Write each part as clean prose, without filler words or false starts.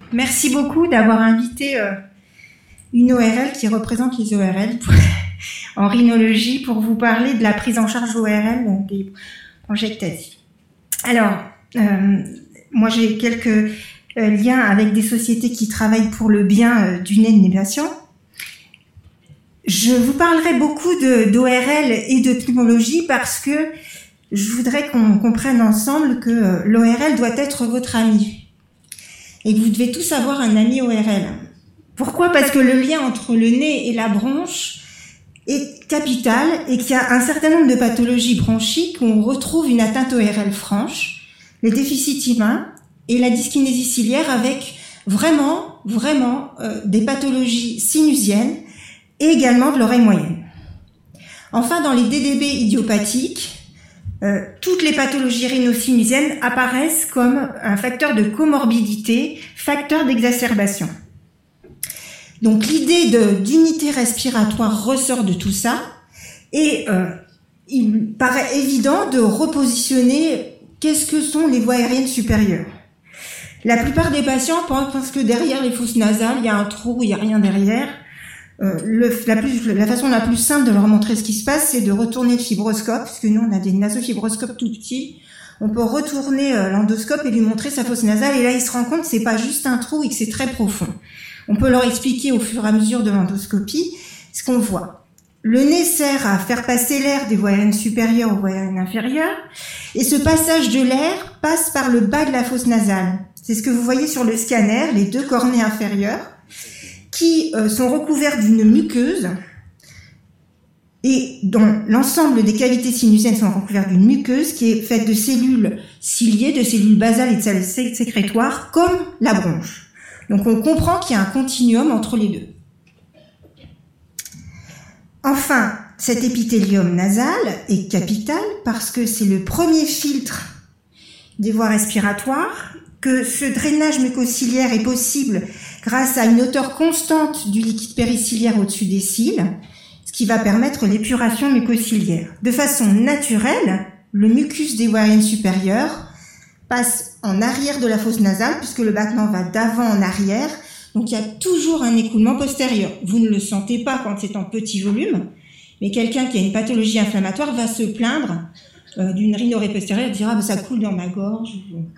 Merci beaucoup d'avoir invité une ORL qui représente les ORL en rhinologie pour vous parler de la prise en charge ORL des bronchiectasies. Alors, moi j'ai quelques liens avec des sociétés qui travaillent pour le bien du nez de mes patients. Je vous parlerai beaucoup d'ORL et de pneumologie parce que je voudrais qu'on comprenne ensemble que l'ORL doit être votre ami et que vous devez tous avoir un ami ORL. Pourquoi ? Parce que le lien entre le nez et la bronche est capital et qu'il y a un certain nombre de pathologies bronchiques où on retrouve une atteinte ORL franche, les déficits humains et la dyskinésie ciliaire avec vraiment des pathologies sinusiennes et également de l'oreille moyenne. Enfin, dans les DDB idiopathiques, toutes les pathologies rhinosinusiennes apparaissent comme un facteur de comorbidité, facteur d'exacerbation. Donc l'idée d'unité respiratoire ressort de tout ça et il paraît évident de repositionner qu'est-ce que sont les voies aériennes supérieures. La plupart des patients pensent que derrière les fosses nasales, il y a un trou, il n'y a rien derrière. La façon la plus simple de leur montrer ce qui se passe, c'est de retourner le fibroscope, puisque nous on a des nasofibroscopes tout petits. On peut retourner l'endoscope et lui montrer sa fosse nasale, et là il se rend compte que c'est pas juste un trou et que c'est très profond. On peut leur expliquer au fur et à mesure de l'endoscopie ce qu'on voit. Le nez sert à faire passer l'air des voies aériennes supérieures aux voies aériennes inférieures, et ce passage de l'air passe par le bas de la fosse nasale. C'est ce que vous voyez sur le scanner, les deux cornées inférieures, qui sont recouverts d'une muqueuse, et dont l'ensemble des cavités sinusiennes sont recouvertes d'une muqueuse qui est faite de cellules ciliées, de cellules basales et de cellules sécrétoires, comme la bronche. Donc on comprend qu'il y a un continuum entre les deux. Enfin, cet épithélium nasal est capital parce que c'est le premier filtre des voies respiratoires, que ce drainage mucociliaire est possible grâce à une hauteur constante du liquide périciliaire au-dessus des cils, ce qui va permettre l'épuration mucociliaire. De façon naturelle, le mucus des voies aériennes supérieures passe en arrière de la fosse nasale, puisque le battement va d'avant en arrière, donc il y a toujours un écoulement postérieur. Vous ne le sentez pas quand c'est en petit volume, mais quelqu'un qui a une pathologie inflammatoire va se plaindre d'une rhinorrhée postérieure et dira ça coule dans ma gorge.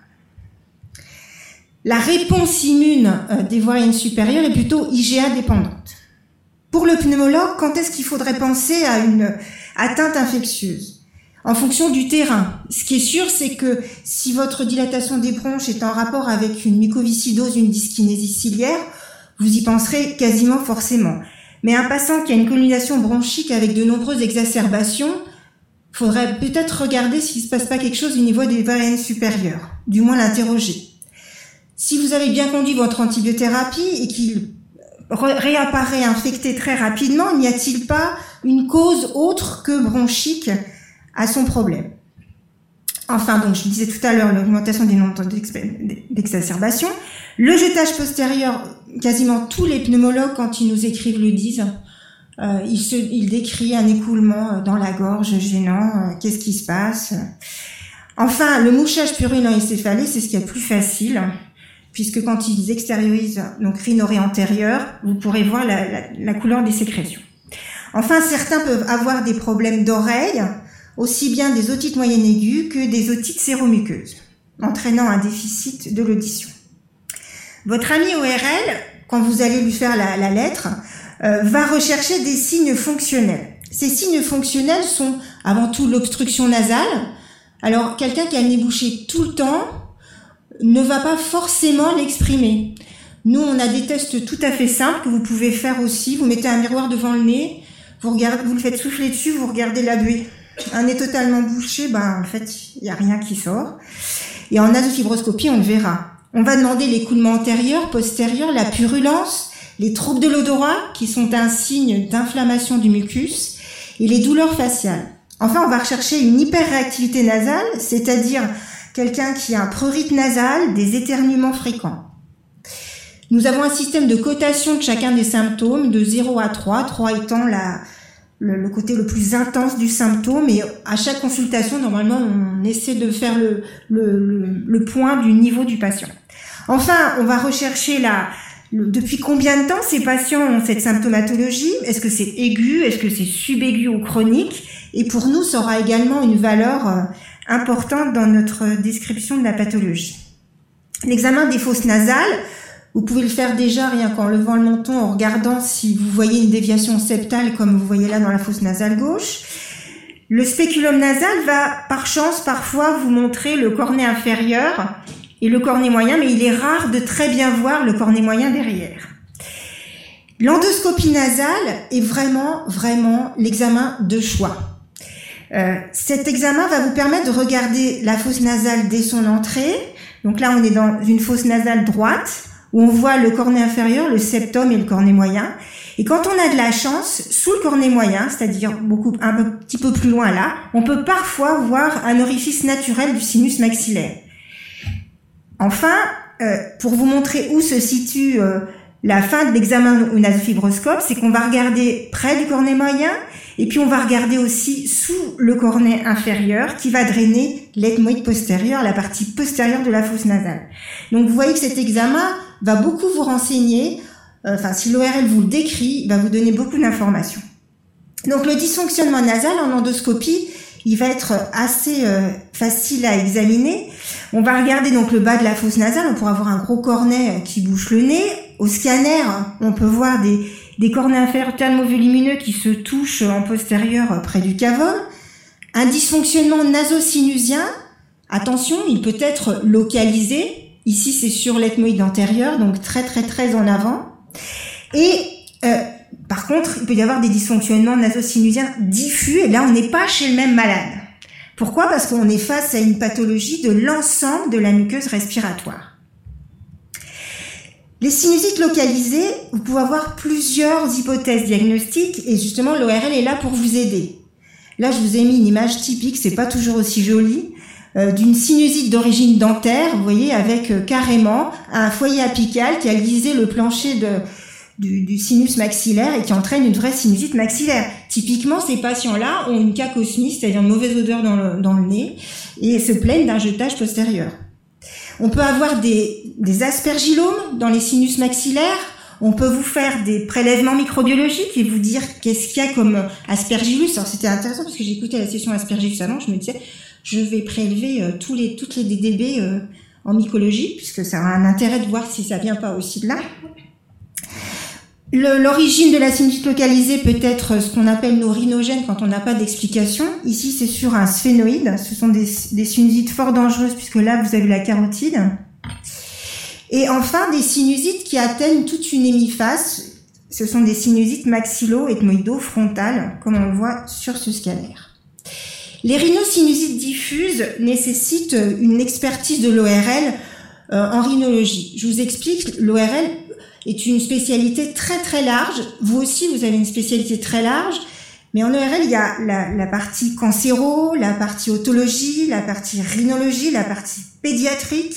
La réponse immune des voies aériennes supérieures est plutôt IgA dépendante. Pour le pneumologue, quand est-ce qu'il faudrait penser à une atteinte infectieuse ? En fonction du terrain. Ce qui est sûr, c'est que si votre dilatation des bronches est en rapport avec une mucoviscidose, une dyskinésie ciliaire, vous y penserez quasiment forcément. Mais un patient qui a une colonisation bronchique avec de nombreuses exacerbations, faudrait peut-être regarder s'il ne se passe pas quelque chose au niveau des voies aériennes supérieures, du moins l'interroger. Si vous avez bien conduit votre antibiothérapie et qu'il réapparaît infecté très rapidement, n'y a-t-il pas une cause autre que bronchique à son problème? Enfin, donc, je disais tout à l'heure, l'augmentation des nombres d'exacerbation. Le jetage postérieur, quasiment tous les pneumologues, quand ils nous écrivent, le disent. Ils décrivent un écoulement dans la gorge gênant. Qu'est-ce qui se passe? Enfin, le mouchage purulent-encéphalé, c'est ce qui est le plus facile, puisque quand ils extériorisent, donc rhinorrhée antérieure, vous pourrez voir la couleur des sécrétions. Enfin, certains peuvent avoir des problèmes d'oreille, aussi bien des otites moyennes aiguës que des otites séromuqueuses, entraînant un déficit de l'audition. Votre ami ORL, quand vous allez lui faire la lettre, va rechercher des signes fonctionnels. Ces signes fonctionnels sont avant tout l'obstruction nasale. Alors, quelqu'un qui a le nez bouché tout le temps ne va pas forcément l'exprimer. Nous, on a des tests tout à fait simples que vous pouvez faire aussi. Vous mettez un miroir devant le nez, vous le faites souffler dessus, vous regardez la buée. Un nez totalement bouché, en fait, il n'y a rien qui sort. Et en nasofibroscopie, on le verra. On va demander l'écoulement antérieur, postérieur, la purulence, les troubles de l'odorat, qui sont un signe d'inflammation du mucus, et les douleurs faciales. Enfin, on va rechercher une hyperréactivité nasale, c'est-à-dire quelqu'un qui a un prurite nasal, des éternuements fréquents. Nous avons un système de cotation de chacun des symptômes, de 0 à 3, 3 étant le côté le plus intense du symptôme, et à chaque consultation, normalement, on essaie de faire le point du niveau du patient. Enfin, on va rechercher depuis combien de temps ces patients ont cette symptomatologie. Est-ce que c'est aigu, est-ce que c'est subaigu ou chronique? Et pour nous, ça aura également une valeur importante dans notre description de la pathologie. L'examen des fosses nasales, vous pouvez le faire déjà rien qu'en levant le menton, en regardant si vous voyez une déviation septale comme vous voyez là dans la fosse nasale gauche. Le spéculum nasal va par chance parfois vous montrer le cornet inférieur et le cornet moyen, mais il est rare de très bien voir le cornet moyen derrière. L'endoscopie nasale est vraiment l'examen de choix. Cet examen va vous permettre de regarder la fosse nasale dès son entrée. Donc là, on est dans une fosse nasale droite, où on voit le cornet inférieur, le septum et le cornet moyen. Et quand on a de la chance, sous le cornet moyen, c'est-à-dire un petit peu plus loin là, on peut parfois voir un orifice naturel du sinus maxillaire. Enfin, pour vous montrer où se situe la fin de l'examen au nasofibroscope, c'est qu'on va regarder près du cornet moyen et puis on va regarder aussi sous le cornet inférieur qui va drainer l'ethmoïde postérieur, la partie postérieure de la fosse nasale. Donc vous voyez que cet examen va beaucoup vous renseigner, si l'ORL vous le décrit, il va vous donner beaucoup d'informations. Donc le dysfonctionnement nasal en endoscopie, il va être assez facile à examiner. On va regarder donc le bas de la fosse nasale, on pourra voir un gros cornet qui bouche le nez. Au scanner, on peut voir des cornets inférieurs thalamo-volumineux qui se touchent en postérieur près du cavum. Un dysfonctionnement nasosinusien, attention, il peut être localisé. Ici, c'est sur l'ethmoïde antérieur, donc très en avant. Et par contre, il peut y avoir des dysfonctionnements nasosinusiens diffus, et là, on n'est pas chez le même malade. Pourquoi? Parce qu'on est face à une pathologie de l'ensemble de la muqueuse respiratoire. Les sinusites localisées, vous pouvez avoir plusieurs hypothèses diagnostiques, et justement, l'ORL est là pour vous aider. Là, je vous ai mis une image typique, c'est pas toujours aussi joli, d'une sinusite d'origine dentaire, vous voyez, avec carrément un foyer apical qui a lisé le plancher du sinus maxillaire et qui entraîne une vraie sinusite maxillaire. Typiquement, ces patients-là ont une cacosmie, c'est-à-dire une mauvaise odeur dans le nez, et se plaignent d'un jetage postérieur. On peut avoir des aspergillomes dans les sinus maxillaires. On peut vous faire des prélèvements microbiologiques et vous dire qu'est-ce qu'il y a comme aspergillus. Alors c'était intéressant parce que j'écoutais la session aspergillus avant, je me disais je vais prélever toutes les DDB en mycologie puisque ça a un intérêt de voir si ça vient pas aussi de là. L'origine de la sinusite localisée peut être ce qu'on appelle nos rhinogènes quand on n'a pas d'explication. Ici, c'est sur un sphénoïde. Ce sont des sinusites fort dangereuses puisque là, vous avez la carotide. Et enfin, des sinusites qui atteignent toute une hémiphase. Ce sont des sinusites maxillo-ethmoïdo-frontales, comme on le voit sur ce scanner. Les rhinosinusites diffuses nécessitent une expertise de l'ORL en rhinologie. Je vous explique, l'ORL est une spécialité très large. Vous aussi, vous avez une spécialité très large. Mais en ORL, il y a la partie cancéro, la partie otologie, la partie rhinologie, la partie pédiatrique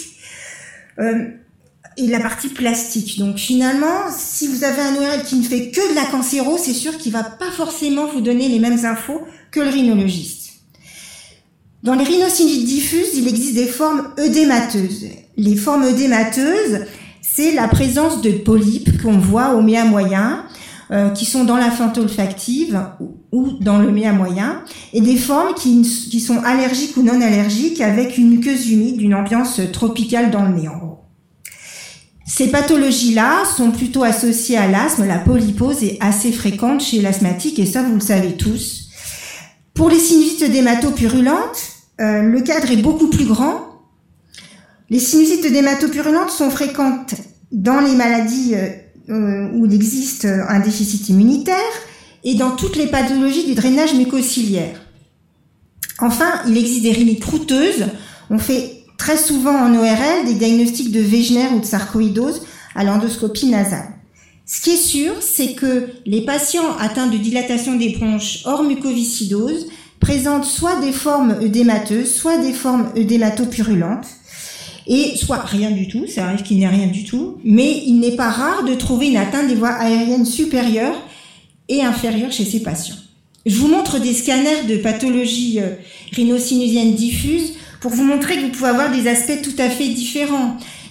et la partie plastique. Donc finalement, si vous avez un ORL qui ne fait que de la cancéro, c'est sûr qu'il va pas forcément vous donner les mêmes infos que le rhinologiste. Dans les rhinosinusites diffuses, il existe des formes œdémateuses. Les formes œdémateuses, c'est la présence de polypes qu'on voit au méa moyen, qui sont dans la fente olfactive ou dans le méa moyen, et des formes qui sont allergiques ou non allergiques avec une muqueuse humide, une ambiance tropicale dans le nez en gros. Ces pathologies-là sont plutôt associées à l'asthme. La polypose est assez fréquente chez l'asthmatique et ça vous le savez tous. Pour les sinusites œdématopurulentes, le cadre est beaucoup plus grand. Les sinusites œdématopurulentes sont fréquentes dans les maladies où il existe un déficit immunitaire et dans toutes les pathologies du drainage mucociliaire. Enfin, il existe des rhinites croûteuses. On fait très souvent en ORL des diagnostics de Wegener ou de sarcoïdose à l'endoscopie nasale. Ce qui est sûr, c'est que les patients atteints de dilatation des bronches hors mucoviscidose présentent soit des formes œdémateuses, soit des formes œdématopurulentes, et soit rien du tout, ça arrive qu'il n'y ait rien du tout, mais il n'est pas rare de trouver une atteinte des voies aériennes supérieures et inférieures chez ces patients. Je vous montre des scanners de pathologie rhinosinusienne diffuse pour vous montrer que vous pouvez avoir des aspects tout à fait différents.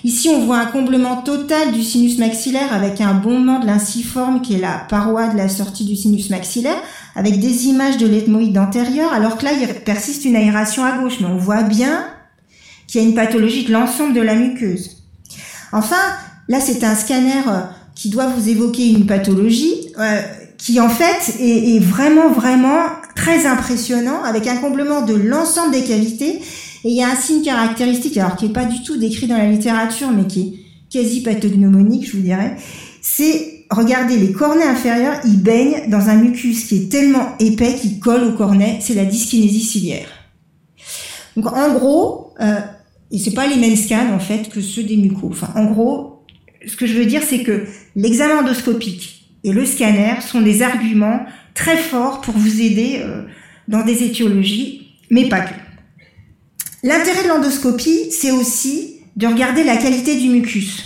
Ici, on voit un comblement total du sinus maxillaire avec un bombement de l'inciforme qui est la paroi de la sortie du sinus maxillaire, avec des images de l'ethmoïde antérieur, alors que là, il persiste une aération à gauche, mais on voit bien qu'il y a une pathologie de l'ensemble de la muqueuse. Enfin, là, c'est un scanner qui doit vous évoquer une pathologie qui, en fait, est vraiment très impressionnant, avec un comblement de l'ensemble des cavités. Et il y a un signe caractéristique, alors qui n'est pas du tout décrit dans la littérature, mais qui est quasi pathognomonique, je vous dirais. C'est, regardez, les cornets inférieurs, ils baignent dans un mucus qui est tellement épais qu'il colle au cornet. C'est la dyskinésie ciliaire. Donc, en gros, et c'est pas les mêmes scans, en fait, que ceux des mucos. Enfin, en gros, ce que je veux dire, c'est que l'examen endoscopique et le scanner sont des arguments très forts pour vous aider dans des étiologies, mais pas que. L'intérêt de l'endoscopie, c'est aussi de regarder la qualité du mucus.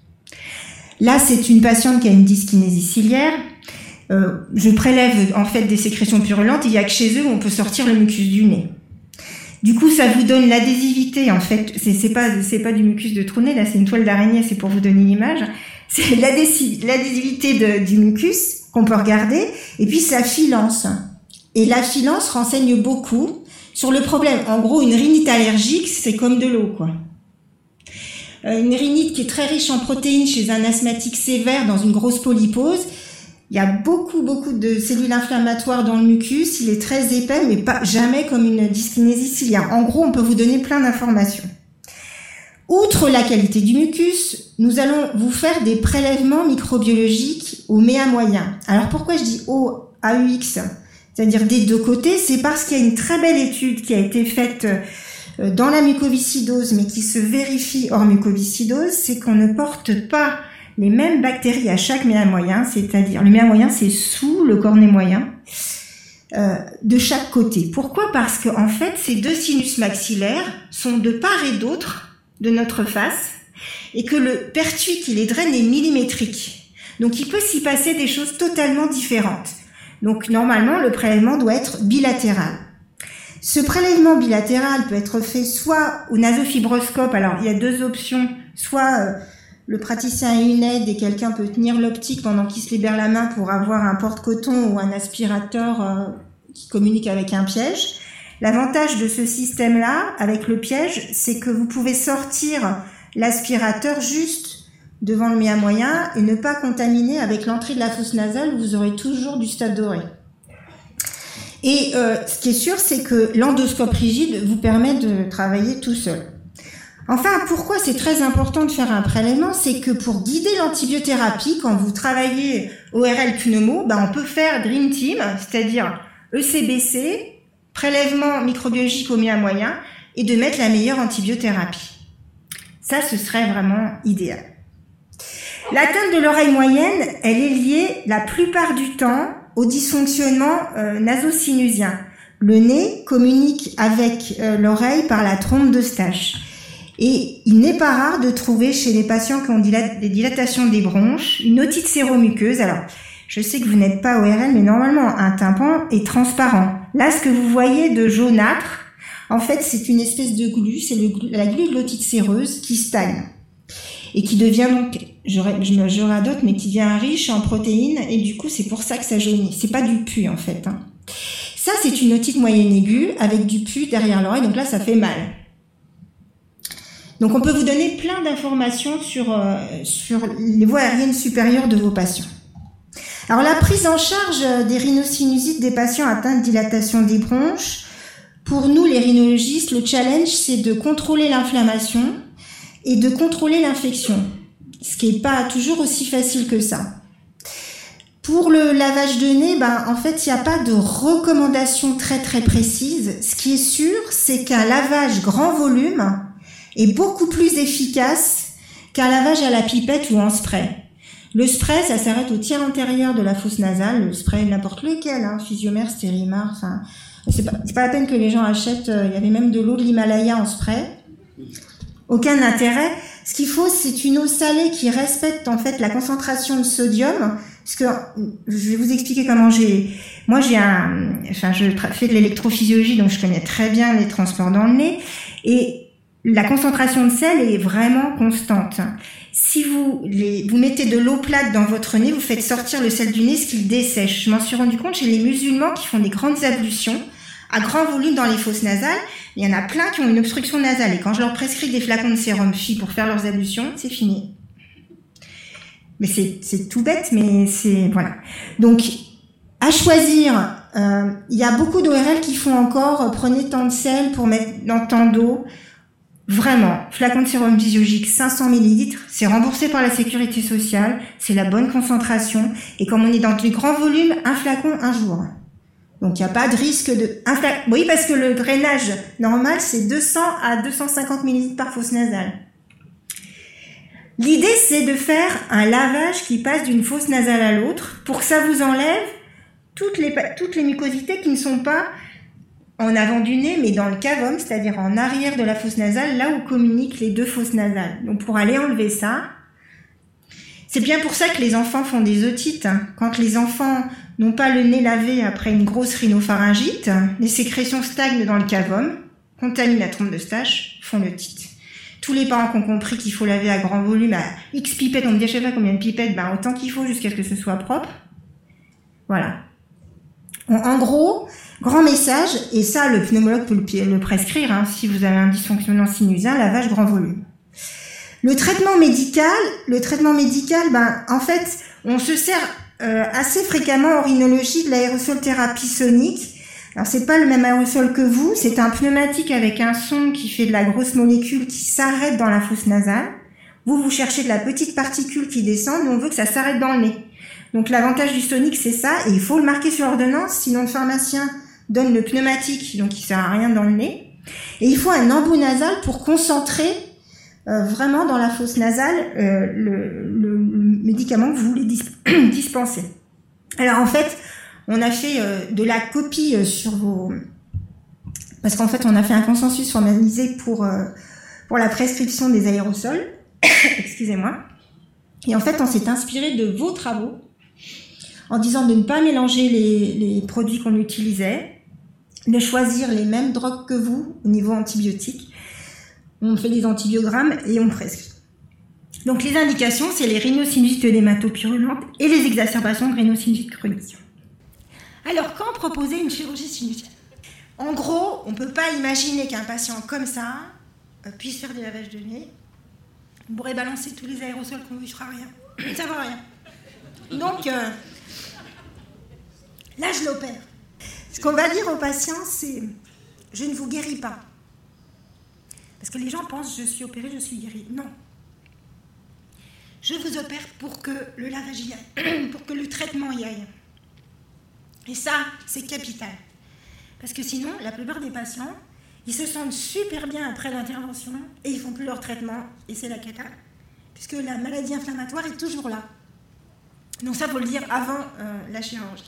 Là, c'est une patiente qui a une dyskinésie ciliaire. Je prélève en fait des sécrétions purulentes. Il n'y a que chez eux où on peut sortir le mucus du nez. Du coup, ça vous donne l'adhésivité. En fait, c'est pas du mucus de trou de nez. Là, c'est une toile d'araignée. C'est pour vous donner l'image. C'est l'adhésivité du mucus qu'on peut regarder. Et puis sa filance. Et la filance renseigne beaucoup sur le problème. En gros, une rhinite allergique, c'est comme de l'eau, quoi. Une rhinite qui est très riche en protéines chez un asthmatique sévère dans une grosse polypose. Il y a beaucoup de cellules inflammatoires dans le mucus. Il est très épais, mais pas jamais comme une dyskinésie ciliaire. En gros, on peut vous donner plein d'informations. Outre la qualité du mucus, nous allons vous faire des prélèvements microbiologiques au méa moyen. Alors pourquoi je dis OAUX, c'est-à-dire des deux côtés? C'est parce qu'il y a une très belle étude qui a été faite dans la mucoviscidose, mais qui se vérifie hors mucoviscidose, c'est qu'on ne porte pas les mêmes bactéries à chaque méa moyen, c'est-à-dire le méa moyen, c'est sous le cornet moyen, de chaque côté. Pourquoi? Parce que en fait, ces deux sinus maxillaires sont de part et d'autre de notre face, et que le pertuis qui les draine est millimétrique. Donc il peut s'y passer des choses totalement différentes. Donc normalement, le prélèvement doit être bilatéral. Ce prélèvement bilatéral peut être fait soit au nasofibroscope. Alors il y a deux options, soit le praticien a une aide et quelqu'un peut tenir l'optique pendant qu'il se libère la main pour avoir un porte-coton ou un aspirateur qui communique avec un piège. L'avantage de ce système-là, avec le piège, c'est que vous pouvez sortir l'aspirateur juste devant le méa moyen et ne pas contaminer avec l'entrée de la fosse nasale où vous aurez toujours du stade doré. Et ce qui est sûr, c'est que l'endoscope rigide vous permet de travailler tout seul. Enfin, pourquoi c'est très important de faire un prélèvement? C'est que pour guider l'antibiothérapie, quand vous travaillez ORL pneumo, on peut faire Dream Team, c'est-à-dire ECBC, prélèvement microbiologique au méa moyen, et de mettre la meilleure antibiothérapie. Ça, ce serait vraiment idéal. L'atteinte de l'oreille moyenne, elle est liée la plupart du temps au dysfonctionnement naso-sinusien. Le nez communique avec l'oreille par la trompe d'Eustache. Et il n'est pas rare de trouver chez les patients qui ont des dilatations des bronches une otite séromuqueuse. Alors, je sais que vous n'êtes pas ORL, mais normalement, un tympan est transparent. Là, ce que vous voyez de jaunâtre, en fait, c'est une espèce de glu, c'est la glu de l'otite séreuse qui stagne. Et qui devient donc, je radote, mais qui devient riche en protéines, et du coup, c'est pour ça que ça jaunit. C'est pas du pus, en fait. Ça, c'est une otite moyenne aiguë, avec du pus derrière l'oreille, donc là, ça fait mal. Donc, on peut vous donner plein d'informations sur les voies aériennes supérieures de vos patients. Alors, la prise en charge des rhinosinusites des patients atteints de dilatation des bronches, pour nous, les rhinologistes, le challenge, c'est de contrôler l'inflammation et de contrôler l'infection, ce qui n'est pas toujours aussi facile que ça. Pour le lavage de nez, en fait, il n'y a pas de recommandation très précise. Ce qui est sûr, c'est qu'un lavage grand volume est beaucoup plus efficace qu'un lavage à la pipette ou en spray. Le spray, ça s'arrête au tiers antérieur de la fosse nasale, le spray n'importe lequel, Physiomère, Stérimar, enfin, c'est pas la peine que les gens achètent, il y avait même de l'eau de l'Himalaya en spray. Aucun intérêt. Ce qu'il faut, c'est une eau salée qui respecte en fait la concentration de sodium. Parce que je vais vous expliquer comment je fais de l'électrophysiologie, donc je connais très bien les transports dans le nez. Et la concentration de sel est vraiment constante. Si vous mettez de l'eau plate dans votre nez, vous faites sortir le sel du nez, ce qui le dessèche. Je m'en suis rendu compte chez les musulmans qui font des grandes ablutions à grand volume dans les fosses nasales. Il y en a plein qui ont une obstruction nasale et quand je leur prescris des flacons de sérum Phi pour faire leurs ablutions, c'est fini. Mais c'est tout bête, mais c'est voilà. Donc à choisir, il y a beaucoup d'ORL qui font encore prenez tant de sel pour mettre dans tant d'eau. Vraiment, flacon de sérum physiologique 500 ml, c'est remboursé par la sécurité sociale, c'est la bonne concentration et comme on est dans du grand volume, un flacon un jour. Donc il n'y a pas de risque de... Oui, parce que le drainage normal, c'est 200 à 250 ml par fosse nasale. L'idée, c'est de faire un lavage qui passe d'une fosse nasale à l'autre pour que ça vous enlève toutes les mucosités qui ne sont pas en avant du nez, mais dans le cavum, c'est-à-dire en arrière de la fosse nasale, là où communiquent les deux fosses nasales. Donc pour aller enlever ça, c'est bien pour ça que les enfants font des otites. Quand les enfants n'ont pas le nez lavé après une grosse rhinopharyngite, les sécrétions stagnent dans le cavum, contaminent la trompe d'Eustache, font l'otite. Tous les parents qui ont compris qu'il faut laver à grand volume, à X pipettes, on me dit je sais pas combien de pipettes, autant qu'il faut jusqu'à ce que ce soit propre. Voilà. En gros, grand message, et ça le pneumologue peut le prescrire, si vous avez un dysfonctionnement sinusien, lavage grand volume. Le traitement médical, en fait, on se sert assez fréquemment en rhinologie de l'aérosol thérapie sonique. Alors c'est pas le même aérosol que vous, c'est un pneumatique avec un son qui fait de la grosse molécule qui s'arrête dans la fosse nasale. Vous cherchez de la petite particule qui descend, mais on veut que ça s'arrête dans le nez. Donc l'avantage du sonique, c'est ça, et il faut le marquer sur l'ordonnance, sinon le pharmacien donne le pneumatique, donc il sert à rien dans le nez. Et il faut un embout nasal pour concentrer vraiment dans la fosse nasale le médicament que vous voulez dispenser. Alors en fait, on a fait de la copie sur vos... Parce qu'en fait, on a fait un consensus formalisé pour la prescription des aérosols. Excusez-moi. Et en fait, on s'est inspiré de vos travaux en disant de ne pas mélanger les produits qu'on utilisait, de choisir les mêmes drogues que vous au niveau antibiotique. On fait des antibiogrammes et on prescrit. Donc les indications, c'est les rhinosinusites œdématopurulentes et les exacerbations de rhinosinusites chroniques. Alors quand proposer une chirurgie sinusienne ? En gros, on ne peut pas imaginer qu'un patient comme ça puisse faire des lavages de nez. On pourrait balancer tous les aérosols qu'on veut, il ne fera rien. Ça ne va rien. Donc, là, je l'opère. Ce qu'on va dire aux patients, c'est « je ne vous guéris pas ». Parce que les gens pensent « je suis opéré, je suis guéri ». Non. Je vous opère pour que le lavage y aille, pour que le traitement y aille. Et ça, c'est capital. Parce que sinon, la plupart des patients, ils se sentent super bien après l'intervention et ils ne font plus leur traitement et c'est la cata. Puisque la maladie inflammatoire est toujours là. Donc ça, il faut le dire avant la chirurgie.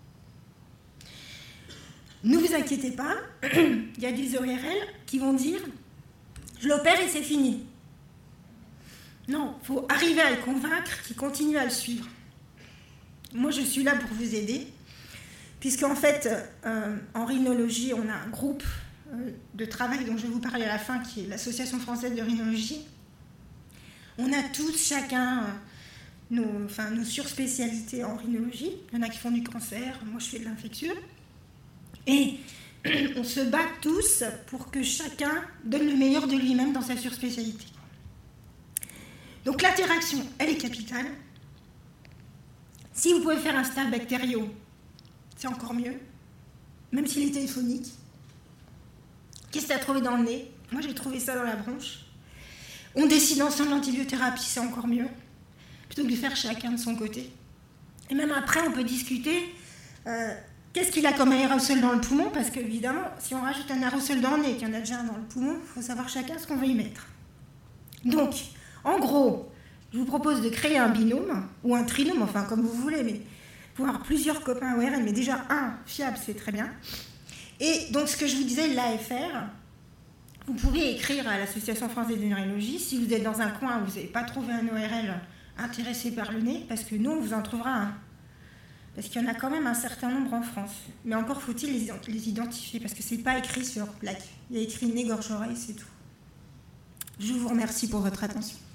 Ne vous inquiétez pas, il y a des ORL qui vont dire « je l'opère et c'est fini ». Non, il faut arriver à le convaincre qu'il continue à le suivre. Moi, je suis là pour vous aider, puisqu'en fait, en rhinologie, on a un groupe de travail dont je vais vous parler à la fin, qui est l'Association française de rhinologie. On a tous, chacun, nos surspécialités en rhinologie. Il y en a qui font du cancer, moi je fais de l'infectieux. Et on se bat tous pour que chacun donne le meilleur de lui-même dans sa surspécialité. Donc l'interaction, elle est capitale. Si vous pouvez faire un stab bactériaux, c'est encore mieux, même s'il est téléphonique. Qu'est-ce que tu as trouvé dans le nez ? Moi, j'ai trouvé ça dans la bronche. On décide ensemble l'antibiothérapie, c'est encore mieux, plutôt que de faire chacun de son côté. Et même après, on peut discuter qu'est-ce qu'il a comme aérosol dans le poumon, parce qu'évidemment, si on rajoute un aérosol dans le nez et qu'il y en a déjà un dans le poumon, il faut savoir chacun ce qu'on veut y mettre. Donc, en gros, je vous propose de créer un binôme, ou un trinôme, enfin comme vous voulez, mais pour avoir plusieurs copains ORL, mais déjà un fiable, c'est très bien. Et donc, ce que je vous disais, l'AFR, vous pouvez écrire à l'Association française de neurologie si vous êtes dans un coin où vous n'avez pas trouvé un ORL intéressé par le nez, parce que nous, on vous en trouvera un. Parce qu'il y en a quand même un certain nombre en France. Mais encore faut-il les identifier, parce que ce n'est pas écrit sur plaque. Il y a écrit nez, gorge, oreille, c'est tout. Je vous remercie pour votre attention.